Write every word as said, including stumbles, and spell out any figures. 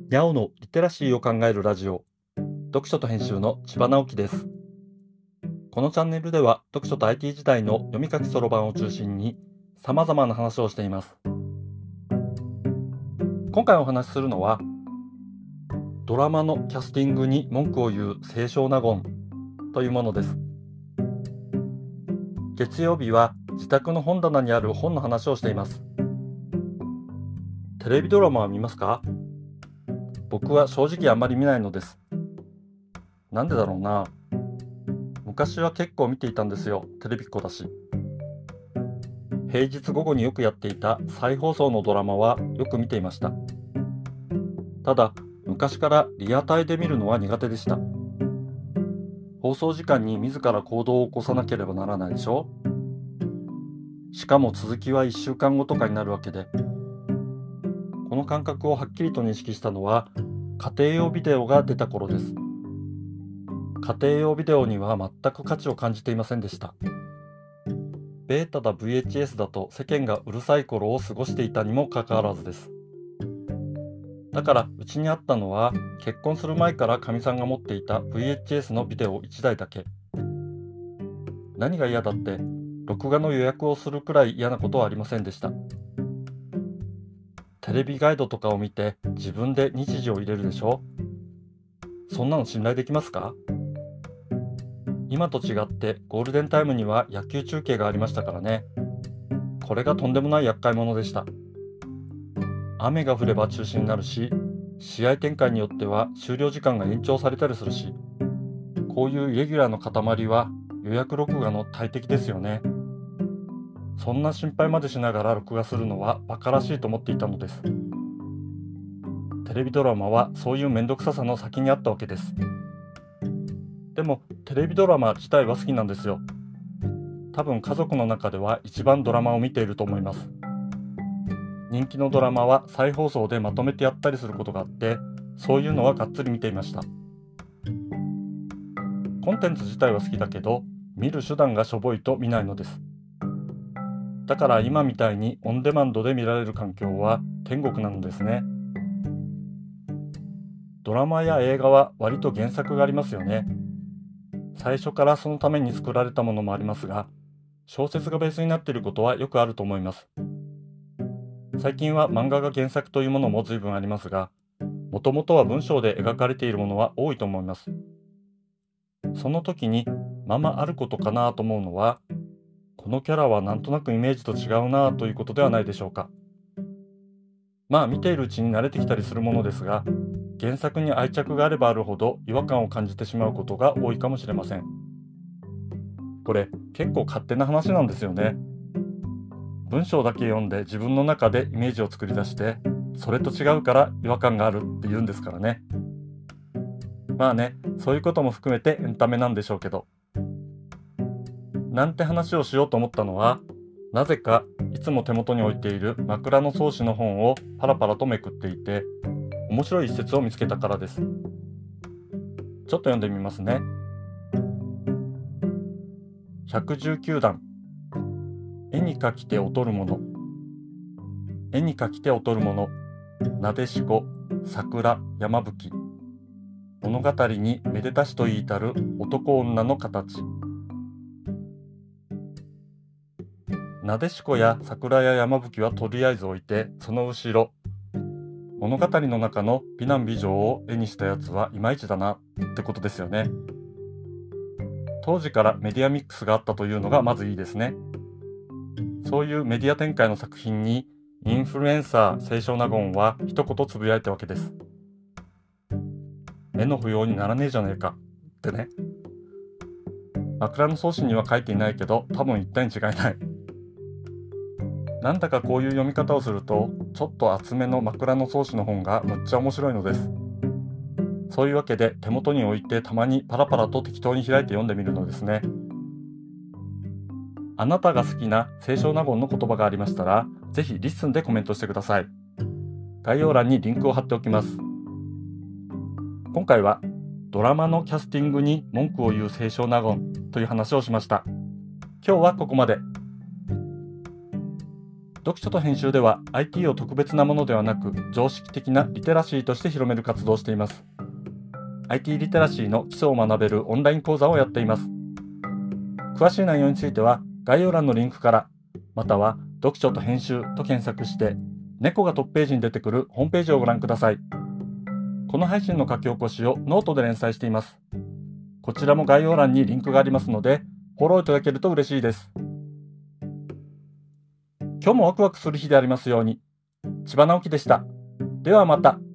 にゃおのリテラシーを考えるラジオ、読書と編集の千葉直樹です。このチャンネルでは読書と アイティー 時代の読み書きそろばんを中心に様々な話をしています。今回お話しするのは、ドラマのキャスティングに文句を言う清少納言というものです。月曜日は自宅の本棚にある本の話をしています。テレビドラマは見ますか？僕は正直あまり見ないのです。なんでだろうな。昔は結構見ていたんですよ。テレビっ子だし。平日午後によくやっていた再放送のドラマはよく見ていました。ただ、昔からリアタイで見るのは苦手でした。放送時間に自ら行動を起こさなければならないでしょ。しかも続きはいっしゅうかんごとかになるわけで、この感覚をはっきりと認識したのは家庭用ビデオが出た頃です。家庭用ビデオには全く価値を感じていませんでした。ベータだ ブイエイチエス だと世間がうるさい頃を過ごしていたにもかかわらずです。だからうちにあったのは結婚する前からかみさんが持っていた ブイエイチエス のビデオいちだいだけ。何が嫌だって録画の予約をするくらい嫌なことはありませんでした。テレビガイドとかを見て自分で日時を入れるでしょ。そんなの信頼できますか？今と違ってゴールデンタイムには野球中継がありましたからね。これがとんでもない厄介者でした。雨が降れば中止になるし、試合展開によっては終了時間が延長されたりするし、こういうイレギュラーの塊は予約録画の大敵ですよね。そんな心配までしながら録画するのは馬鹿らしいと思っていたのです。テレビドラマはそういうめんどくささの先にあったわけです。でもテレビドラマ自体は好きなんですよ。多分家族の中では一番ドラマを見ていると思います。人気のドラマは再放送でまとめてやったりすることがあって、そういうのはがっつり見ていました。コンテンツ自体は好きだけど、見る手段がしょぼいと見ないのです。だから今みたいにオンデマンドで見られる環境は天国なのですね。ドラマや映画は割と原作がありますよね。最初からそのために作られたものもありますが、小説がベースになっていることはよくあると思います。最近は漫画が原作というものも随分ありますが、もともとは文章で描かれているものは多いと思います。その時にままあることかなと思うのは、このキャラはなんとなくイメージと違うなということではないでしょうか。まあ見ているうちに慣れてきたりするものですが、原作に愛着があればあるほど違和感を感じてしまうことが多いかもしれません。これ結構勝手な話なんですよね。文章だけ読んで自分の中でイメージを作り出して、それと違うから違和感があるって言うんですからね。まあね、そういうことも含めてエンタメなんでしょうけど。なんて話をしようと思ったのは、なぜかいつも手元に置いている枕草子の本をパラパラとめくっていて、面白い一節を見つけたからです。ちょっと読んでみますね。ひゃくじゅうきゅうだん。絵に描きて劣るもの。絵に描きて劣るもの。なでしこ、桜、山吹。物語にめでたしと言いたる男女の形。なでしこや桜や山吹はとりあえず置いて、その後ろ。物語の中の美男美女を絵にしたやつはいまいちだなってことですよね。当時からメディアミックスがあったというのがまずいいですね。そういうメディア展開の作品にインフルエンサー清少納言は一言つぶやいたわけです。絵の不要にならねえじゃねえかってね。枕草子には書いていないけど多分言ったに違いない。なんだかこういう読み方をするとちょっと厚めの枕草子の本がむっちゃ面白いのです。そういうわけで手元に置いてたまにパラパラと適当に開いて読んでみるのですね。あなたが好きな清少納言の言葉がありましたら、ぜひリッスンでコメントしてください。概要欄にリンクを貼っておきます。今回はドラマのキャスティングに文句を言う清少納言という話をしました。今日はここまで。 読書と編集では アイティー を特別なものではなく常識的なリテラシーとして広める活動をしています。アイティー リテラシーの基礎を学べるオンライン講座をやっています。詳しい内容については概要欄のリンクから、または読書と編集と検索して猫がトップページに出てくるホームページをご覧ください。この配信の書き起こしをノートで連載しています。こちらも概要欄にリンクがありますのでフォローいただけると嬉しいです。今日もワクワクする日でありますように。千葉直樹でした。ではまた。